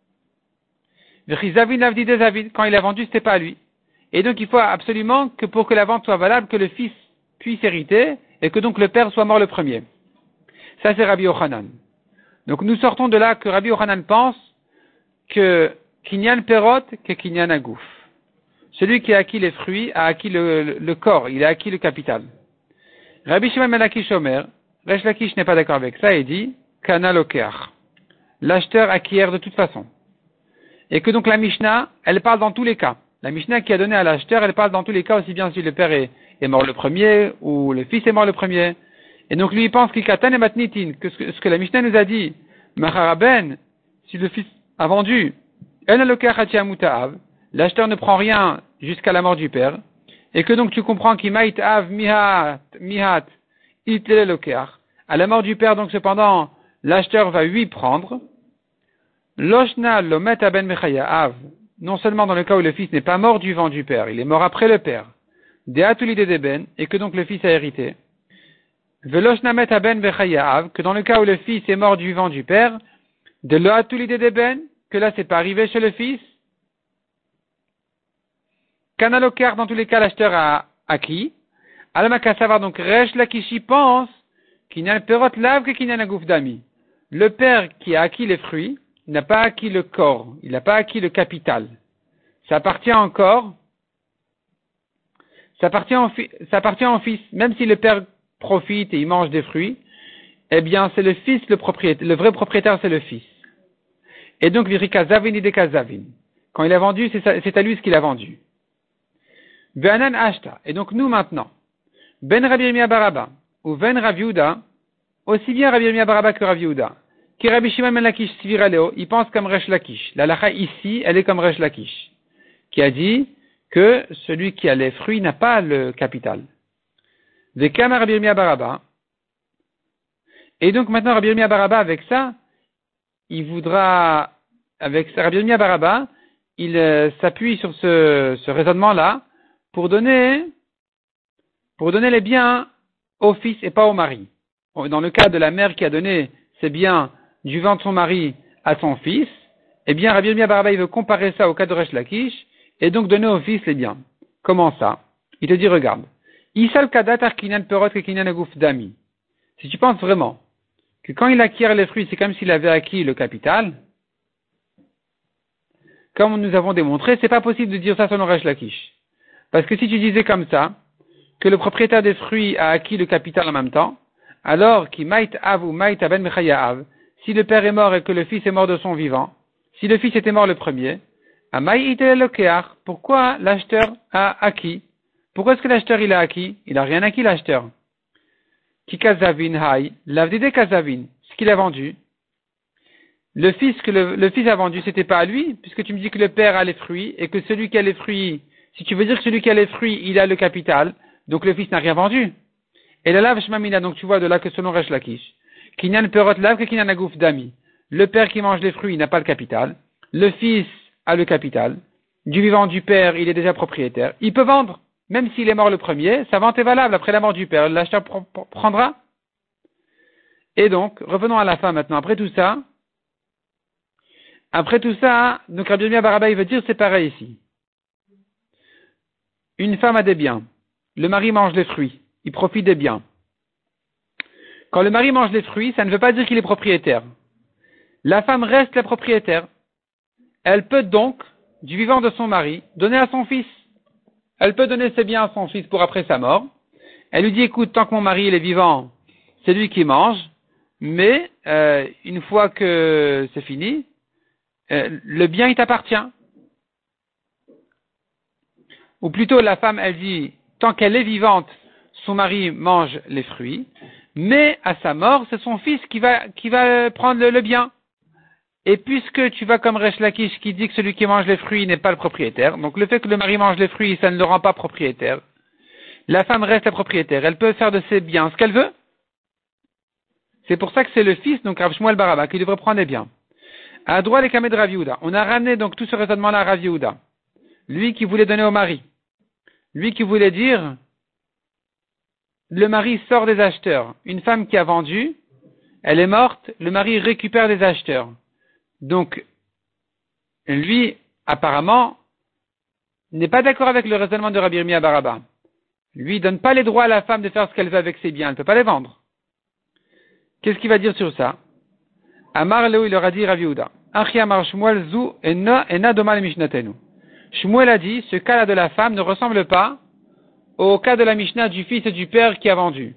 Quand il a vendu, c'était pas à lui. Et donc il faut absolument que pour que la vente soit valable, que le fils puisse hériter, et que donc le père soit mort le premier. Ça c'est Rabbi Yochanan. Donc nous sortons de là que Rabbi Yochanan pense que Kinyan Perot, que Kinyan Agouf. Celui qui a acquis les fruits a acquis le, le, le corps, il a acquis le capital. Rabbi Shimon ben Lakish Omer, Resh Lakish n'est pas d'accord avec ça et dit Kana Lokeach. L'acheteur acquiert de toute façon. Et que donc la Mishnah, elle parle dans tous les cas. La Mishnah qui a donné à l'acheteur, elle parle dans tous les cas, aussi bien si le père est, est mort le premier ou le fils est mort le premier. Et donc lui il pense qu'il katan et matnitin, que ce, que ce que la Mishnah nous a dit, Macharaben, si le fils a vendu, En Lokeach Hatia Muta'av, l'acheteur ne prend rien jusqu'à la mort du père. Et que donc tu comprends qu'il ma'it av mihat, mihat, itle lokeach. À la mort du père, donc cependant, l'acheteur va huit prendre. Loshna lomet aben mechaya av. Non seulement dans le cas où le fils n'est pas mort du vent du père, il est mort après le père. Deatuli de deben, et que donc le fils a hérité. Veloshna met aben mechaya av, que dans le cas où le fils est mort du vent du père, de loatuli de deben, que là c'est pas arrivé chez le fils. Kanalokar, dans tous les cas, l'acheteur a acquis. Almakassavar, donc, Resh Lakishi pense qu'il n'y a un perot lave que qu'il n'y a un gouf d'ami. Le père qui a acquis les fruits n'a pas acquis le corps, il n'a pas acquis le capital. Ça appartient encore, ça appartient au, fi- ça appartient au fils. Même si le père profite et il mange des fruits, eh bien, c'est le fils le propriétaire, le vrai propriétaire, c'est le fils. Et donc, Virika Zavin et Dekazavin. Quand il a vendu, c'est, ça, c'est à lui ce qu'il a vendu. Be'anan ashta. Et donc nous maintenant, Ben Rabbi Yirmiyah Baraba ou Ben Rav Yehuda, aussi bien Rabbi Yirmiyah Baraba que Rav Yehuda, qui Rabbi Shimon ben Lakish Svira Leo, il pense comme Resh Lakish. La lacha ici, elle est comme Resh Lakish, qui a dit que celui qui a les fruits n'a pas le capital. Vekam Rabbi Yirmiyah Baraba. Et donc maintenant Rabbi Yirmiyah Baraba avec ça, il voudra, avec Rabbi Yirmiyah Baraba, il euh, s'appuie sur ce, ce raisonnement-là, pour donner, pour donner les biens au fils et pas au mari. Dans le cas de la mère qui a donné ses biens du vent de son mari à son fils, eh bien, Rabbi Yirmiyah Baraba, il veut comparer ça au cas de Resh Lakish, et donc donner au fils les biens. Comment ça? Il te dit, regarde. Isal kadat arkinan perot kekinan agouf dami. Si tu penses vraiment que quand il acquiert les fruits, c'est comme s'il avait acquis le capital, comme nous avons démontré, c'est pas possible de dire ça selon Resh Lakish. Parce que si tu disais comme ça, que le propriétaire des fruits a acquis le capital en même temps, alors qui mait av ou mait aben mechaya av, si le père est mort et que le fils est mort de son vivant, si le fils était mort le premier, amay itel lokeach, pourquoi l'acheteur a acquis? Pourquoi est-ce que l'acheteur il a acquis? Il a rien acquis l'acheteur. Ki kazavin hay, l'avdide kazavin, ce qu'il a vendu. Le fils que le, le fils a vendu, c'était pas à lui, puisque tu me dis que le père a les fruits et que celui qui a les fruits, si tu veux dire que celui qui a les fruits, il a le capital, donc le fils n'a rien vendu. Et la lave shmamina, donc tu vois de là que selon Resh Lakish, kinyan perot lave que kinyan agouf dami. Le père qui mange les fruits, il n'a pas le capital. Le fils a le capital. Du vivant du père, il est déjà propriétaire. Il peut vendre. Même s'il est mort le premier, sa vente est valable après la mort du père. L'acheteur pr- pr- prendra. Et donc, revenons à la fin maintenant. Après tout ça, après tout ça, donc Rabbi Yirmiyah Baraba, il veut dire c'est pareil ici. Une femme a des biens. Le mari mange les fruits. Il profite des biens. Quand le mari mange les fruits, ça ne veut pas dire qu'il est propriétaire. La femme reste la propriétaire. Elle peut donc, du vivant de son mari, donner à son fils. Elle peut donner ses biens à son fils pour après sa mort. Elle lui dit, écoute, tant que mon mari il est vivant, c'est lui qui mange. Mais euh, une fois que c'est fini, euh, le bien il t'appartient. Ou plutôt la femme, elle dit, tant qu'elle est vivante, son mari mange les fruits, mais à sa mort, c'est son fils qui va, qui va prendre le, le bien. Et puisque tu vas comme Resh Lakish qui dit que celui qui mange les fruits n'est pas le propriétaire, donc le fait que le mari mange les fruits, ça ne le rend pas propriétaire. La femme reste la propriétaire. Elle peut faire de ses biens ce qu'elle veut. C'est pour ça que c'est le fils, donc Rav Shmuel Baraba, qui devrait prendre les biens. À droit les camés de Rav Yehuda. On a ramené donc tout ce raisonnement-là à Rav Yehuda. Lui qui voulait donner au mari. Lui qui voulait dire, le mari sort des acheteurs. Une femme qui a vendu, elle est morte, le mari récupère des acheteurs. Donc, lui, apparemment, n'est pas d'accord avec le raisonnement de Rabbi Yirmiyah bar Abba. Lui, il donne pas les droits à la femme de faire ce qu'elle veut avec ses biens. Elle ne peut pas les vendre. Qu'est-ce qu'il va dire sur ça? Amar Leo, il leur a dit Rav Yehuda. Achi Amar Shmuel zu ena ena doma le mishnatenu. Shmuel a dit, ce cas-là de la femme ne ressemble pas au cas de la Mishnah du fils et du père qui a vendu.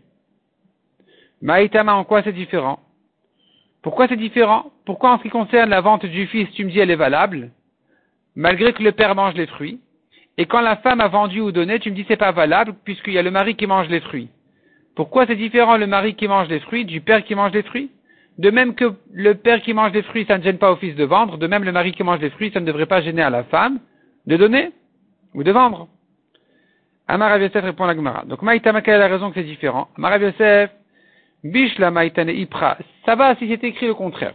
Maïtama, en quoi c'est différent? Pourquoi c'est différent? Pourquoi en ce qui concerne la vente du fils, tu me dis elle est valable, malgré que le père mange les fruits, et quand la femme a vendu ou donné, tu me dis c'est pas valable, puisqu'il y a le mari qui mange les fruits. Pourquoi c'est différent le mari qui mange les fruits du père qui mange les fruits? De même que le père qui mange les fruits, ça ne gêne pas au fils de vendre, de même le mari qui mange les fruits, ça ne devrait pas gêner à la femme de donner ou de vendre. Amar Rav Yosef répond à la Gemara. Donc Maïtama, quelle est la raison que c'est différent? Amar Rav Yosef, Bishla Maïtane Ipra, ça va si c'était écrit le contraire.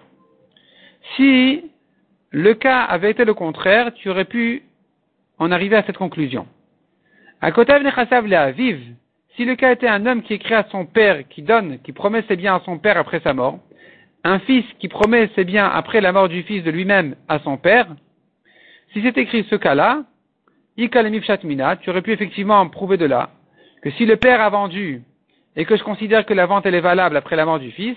Si le cas avait été le contraire, tu aurais pu en arriver à cette conclusion. Akotav nechasav le'aviv, si le cas était un homme qui écrit à son père, qui donne, qui promet ses biens à son père après sa mort, un fils qui promet ses biens après la mort du fils de lui-même à son père, si c'est écrit ce cas-là, Ikalemifshatmina, tu aurais pu effectivement prouver de là que si le père a vendu et que je considère que la vente elle est valable après la mort du fils,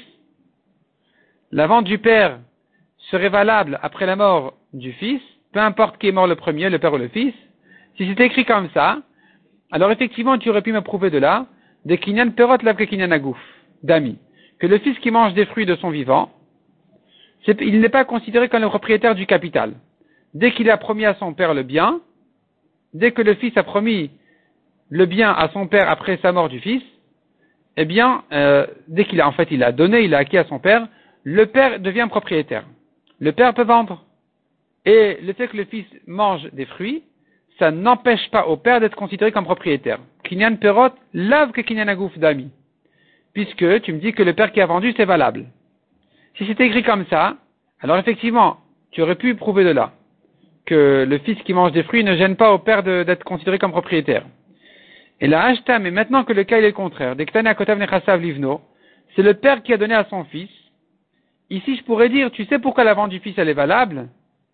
la vente du père serait valable après la mort du fils, peu importe qui est mort le premier, le père ou le fils. Si c'est écrit comme ça, alors effectivement tu aurais pu me prouver de là des kinyan perot lav ke kinyan agouf, d'amis, que le fils qui mange des fruits de son vivant, c'est, il n'est pas considéré comme le propriétaire du capital. Dès qu'il a promis à son père le bien, dès que le fils a promis le bien à son père après sa mort du fils, eh bien, euh, dès qu'il a, en fait, il a donné, il a acquis à son père, le père devient propriétaire. Le père peut vendre. Et le fait que le fils mange des fruits, ça n'empêche pas au père d'être considéré comme propriétaire. Kinyan perot, lave que kinyan agouf dami. Puisque tu me dis que le père qui a vendu, c'est valable. Si c'était écrit comme ça, alors effectivement, tu aurais pu prouver de là que le fils qui mange des fruits ne gêne pas au père de, d'être considéré comme propriétaire. Et là, Ashtam, mais maintenant que le cas est le contraire, Dektana Kotav Nechasav Livno, c'est le père qui a donné à son fils. Ici, je pourrais dire, tu sais pourquoi la vente du fils, elle est valable?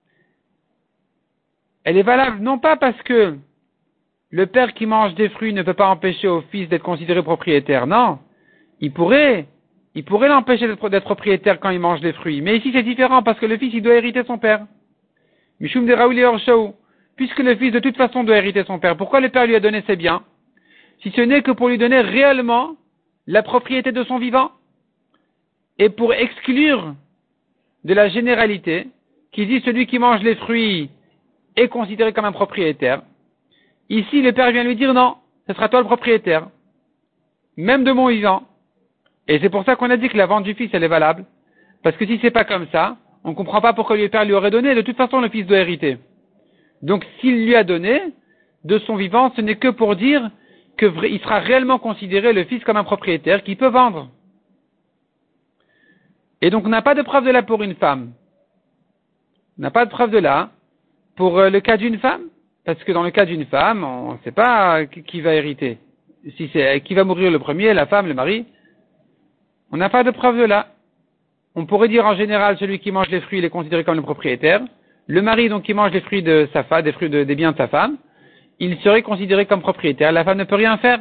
Elle est valable non pas parce que le père qui mange des fruits ne peut pas empêcher au fils d'être considéré propriétaire, non. Il pourrait, il pourrait l'empêcher d'être, d'être propriétaire quand il mange des fruits. Mais ici, c'est différent parce que le fils, il doit hériter son père. Mishum de Raouli Orshou, puisque le fils de toute façon doit hériter son père, pourquoi le père lui a donné ses biens? Si ce n'est que pour lui donner réellement la propriété de son vivant et pour exclure de la généralité qui dit celui qui mange les fruits est considéré comme un propriétaire. Ici, le père vient lui dire non, ce sera toi le propriétaire, même de mon vivant. Et c'est pour ça qu'on a dit que la vente du fils, elle est valable. Parce que si c'est pas comme ça, on ne comprend pas pourquoi le père lui aurait donné. De toute façon, le fils doit hériter. Donc, s'il lui a donné de son vivant, ce n'est que pour dire qu'il sera réellement considéré le fils comme un propriétaire qui peut vendre. Et donc, on n'a pas de preuve de là pour une femme. On n'a pas de preuve de là pour le cas d'une femme. Parce que dans le cas d'une femme, on ne sait pas qui va hériter. Si c'est qui va mourir le premier, la femme, le mari. On n'a pas de preuve de là. On pourrait dire en général, celui qui mange les fruits, il est considéré comme le propriétaire. Le mari, donc, qui mange les fruits de sa femme, des fruits de, des biens de sa femme, il serait considéré comme propriétaire. La femme ne peut rien faire.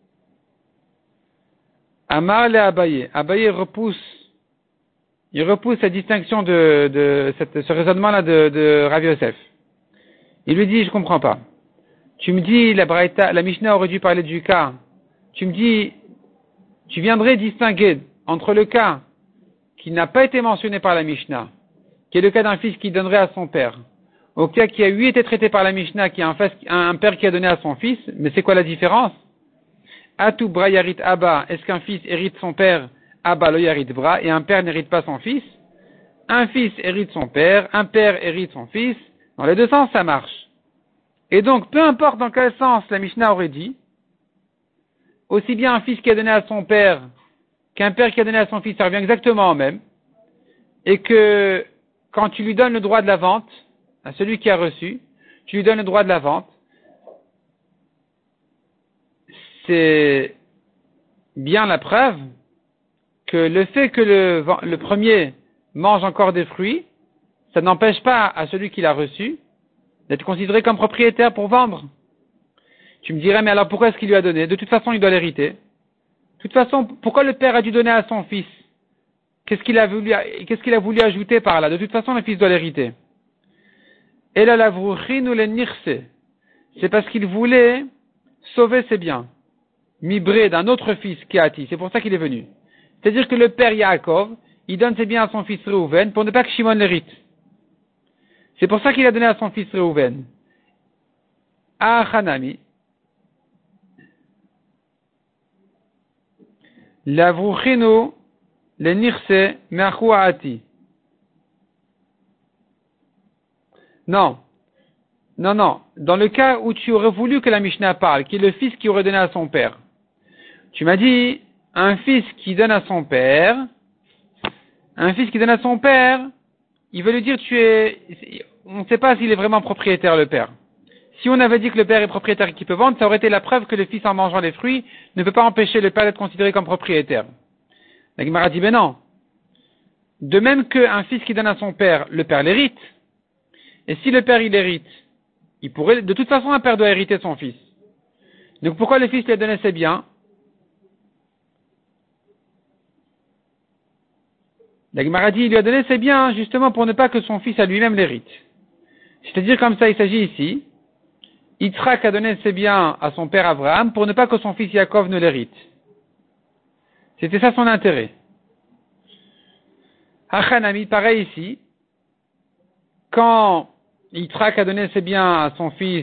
Amar le Abaye. Abaye repousse, il repousse cette distinction de, de cette, ce raisonnement-là de, de Rav Yosef. Il lui dit, je comprends pas. Tu me dis, la Braïta, la Mishnah aurait dû parler du cas. Tu me dis, tu viendrais distinguer entre le cas qui n'a pas été mentionné par la Mishnah, qui est le cas d'un fils qui donnerait à son père, au cas qui a eu été traité par la Mishnah, qui est un, fils, un père qui a donné à son fils, mais c'est quoi la différence? Atu bra yarit abba, est-ce qu'un fils hérite son père? Abba lo yarit bra, et un père n'hérite pas son fils? Un fils hérite son père, un père hérite son fils, dans les deux sens ça marche. Et donc, peu importe dans quel sens la Mishnah aurait dit, aussi bien un fils qui a donné à son père qu'un père qui a donné à son fils, ça revient exactement au même, et que quand tu lui donnes le droit de la vente, à celui qui a reçu, tu lui donnes le droit de la vente, c'est bien la preuve que le fait que le, le premier mange encore des fruits, ça n'empêche pas à celui qui l'a reçu d'être considéré comme propriétaire pour vendre. Tu me dirais, mais alors pourquoi est-ce qu'il lui a donné? De toute façon, il doit l'hériter. De toute façon, pourquoi le père a dû donner à son fils? Qu'est-ce qu'il a voulu, qu'est-ce qu'il a voulu ajouter par là? De toute façon, le fils doit l'hériter. Et là, la vrouchin ou le nirse. C'est parce qu'il voulait sauver ses biens. Mibré d'un autre fils qui a ati. C'est pour ça qu'il est venu. C'est-à-dire que le père Yaakov, il donne ses biens à son fils Réhouven pour ne pas que Shimon l'hérite. C'est pour ça qu'il a donné à son fils Réhouven. Ah, Hanami. La vrouchinu le nirse me'achua ati. Non. Non, non. Dans le cas où tu aurais voulu que la Mishnah parle, qui est le fils qui aurait donné à son père, tu m'as dit, un fils qui donne à son père, un fils qui donne à son père, il veut lui dire, tu es, on ne sait pas s'il est vraiment propriétaire, le père. Si on avait dit que le père est propriétaire et qu'il peut vendre, ça aurait été la preuve que le fils, en mangeant les fruits, ne peut pas empêcher le père d'être considéré comme propriétaire. La Gemara dit, ben non. De même qu'un fils qui donne à son père, le père l'hérite. Et si le père, il hérite, il pourrait, de toute façon, un père doit hériter de son fils. Donc pourquoi le fils lui a donné ses biens? La Gemara dit, il lui a donné ses biens, justement, pour ne pas que son fils à lui-même l'hérite. C'est-à-dire, comme ça, il s'agit ici, Yitzhak a donné ses biens à son père Abraham pour ne pas que son fils Yaakov ne l'hérite. C'était ça son intérêt. Hachanami, pareil ici, quand Yitzhak a donné ses biens à son fils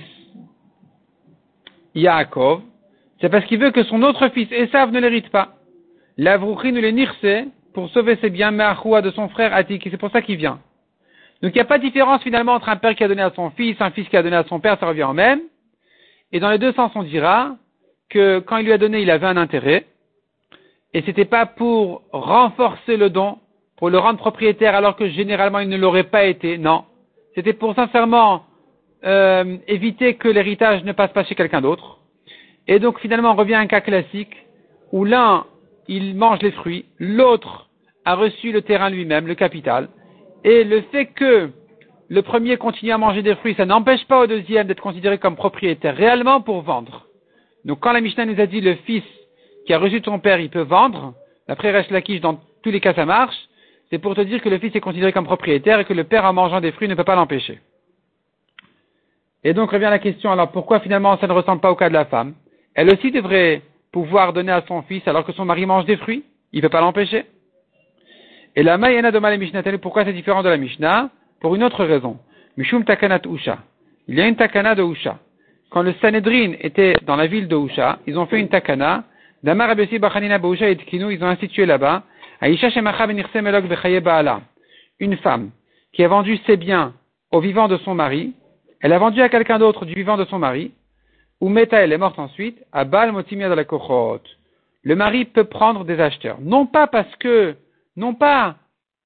Yaakov, c'est parce qu'il veut que son autre fils Esav ne l'hérite pas. L'avrouchin ou le nirse, pour sauver ses biens, Me'achua de son frère Atik, et c'est pour ça qu'il vient. Donc il n'y a pas de différence finalement entre un père qui a donné à son fils, un fils qui a donné à son père, ça revient au même. Et dans les deux sens, on dira que quand il lui a donné, il avait un intérêt, et c'était pas pour renforcer le don, pour le rendre propriétaire alors que généralement il ne l'aurait pas été, non. C'était pour sincèrement euh, éviter que l'héritage ne passe pas chez quelqu'un d'autre. Et donc finalement on revient à un cas classique où l'un il mange les fruits, l'autre a reçu le terrain lui-même, le capital, et le fait que le premier continue à manger des fruits, ça n'empêche pas au deuxième d'être considéré comme propriétaire réellement pour vendre. Donc quand la Mishnah nous a dit le fils qui a reçu de son père, il peut vendre, d'après Resh Lakish, dans tous les cas ça marche, c'est pour te dire que le fils est considéré comme propriétaire et que le père en mangeant des fruits ne peut pas l'empêcher. Et donc revient la question, alors pourquoi finalement ça ne ressemble pas au cas de la femme? Elle aussi devrait pouvoir donner à son fils alors que son mari mange des fruits, il ne peut pas l'empêcher. Et la Mayena de Malé Mishnah, pourquoi c'est différent de la Mishnah? Pour une autre raison. Mishum takanat Usha. Il y a une takana de Usha. Quand le Sanhedrin était dans la ville de Usha, ils ont fait une takana. Damar Abesi Bachanina Beusha et Tkinu, ils ont institué là-bas. Aisha Shemacha benirse melok bechaye baala. Une femme qui a vendu ses biens au vivant de son mari, elle a vendu à quelqu'un d'autre du vivant de son mari, ou Meta, elle est morte ensuite, à Baal Motimia de la Kochot. Le mari peut prendre des acheteurs. Non pas parce que, non pas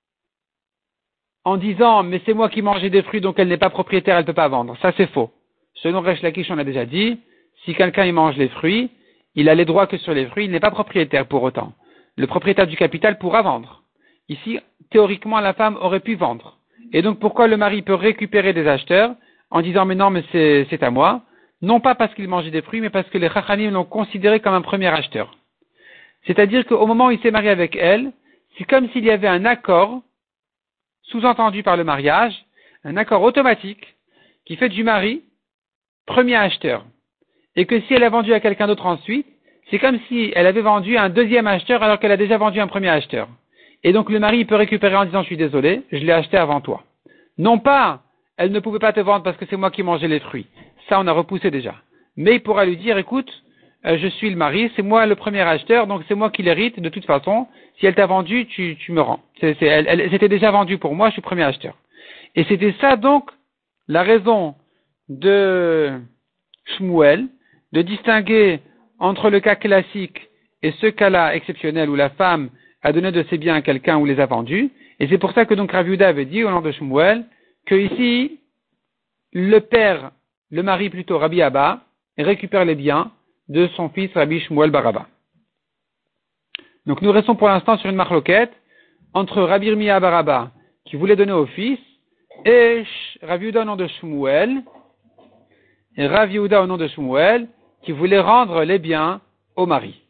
en disant, mais c'est moi qui mangeais des fruits, donc elle n'est pas propriétaire, elle ne peut pas vendre. Ça, c'est faux. Selon Resh Lakish, on a déjà dit, si quelqu'un y mange les fruits, il a les droits que sur les fruits, il n'est pas propriétaire pour autant. Le propriétaire du capital pourra vendre. Ici, théoriquement, la femme aurait pu vendre. Et donc, pourquoi le mari peut récupérer des acheteurs en disant, mais non, mais c'est, c'est à moi? Non pas parce qu'il mangeait des fruits, mais parce que les Chachanim l'ont considéré comme un premier acheteur. C'est-à-dire qu'au moment où il s'est marié avec elle, c'est comme s'il y avait un accord, sous-entendu par le mariage, un accord automatique, qui fait du mari premier acheteur. Et que si elle a vendu à quelqu'un d'autre ensuite, c'est comme si elle avait vendu à un deuxième acheteur alors qu'elle a déjà vendu un premier acheteur. Et donc le mari peut récupérer en disant, je suis désolé, je l'ai acheté avant toi. Non pas, elle ne pouvait pas te vendre parce que c'est moi qui mangeais les fruits. Ça, on a repoussé déjà. Mais il pourra lui dire, écoute, euh, je suis le mari, c'est moi le premier acheteur, donc c'est moi qui l'hérite de toute façon. Si elle t'a vendu, tu, tu me rends. C'est, c'est, elle, elle, c'était déjà vendu pour moi, je suis premier acheteur. Et c'était ça donc la raison de Shmuel de distinguer entre le cas classique et ce cas-là exceptionnel où la femme a donné de ses biens à quelqu'un ou les a vendus, Et c'est pour ça que donc Rav Yehuda avait dit au nom de Shmuel que ici, le père, le mari plutôt, Rabbi Abba, récupère les biens de son fils Rabbi Shmuel bar Abba. Donc nous restons pour l'instant sur une marloquette entre Rabbi Yirmiyah bar Abba, qui voulait donner au fils, et Rav Yehuda au nom de Shmuel, et Rav Yehuda au nom de Shmuel, qui voulait rendre les biens au mari.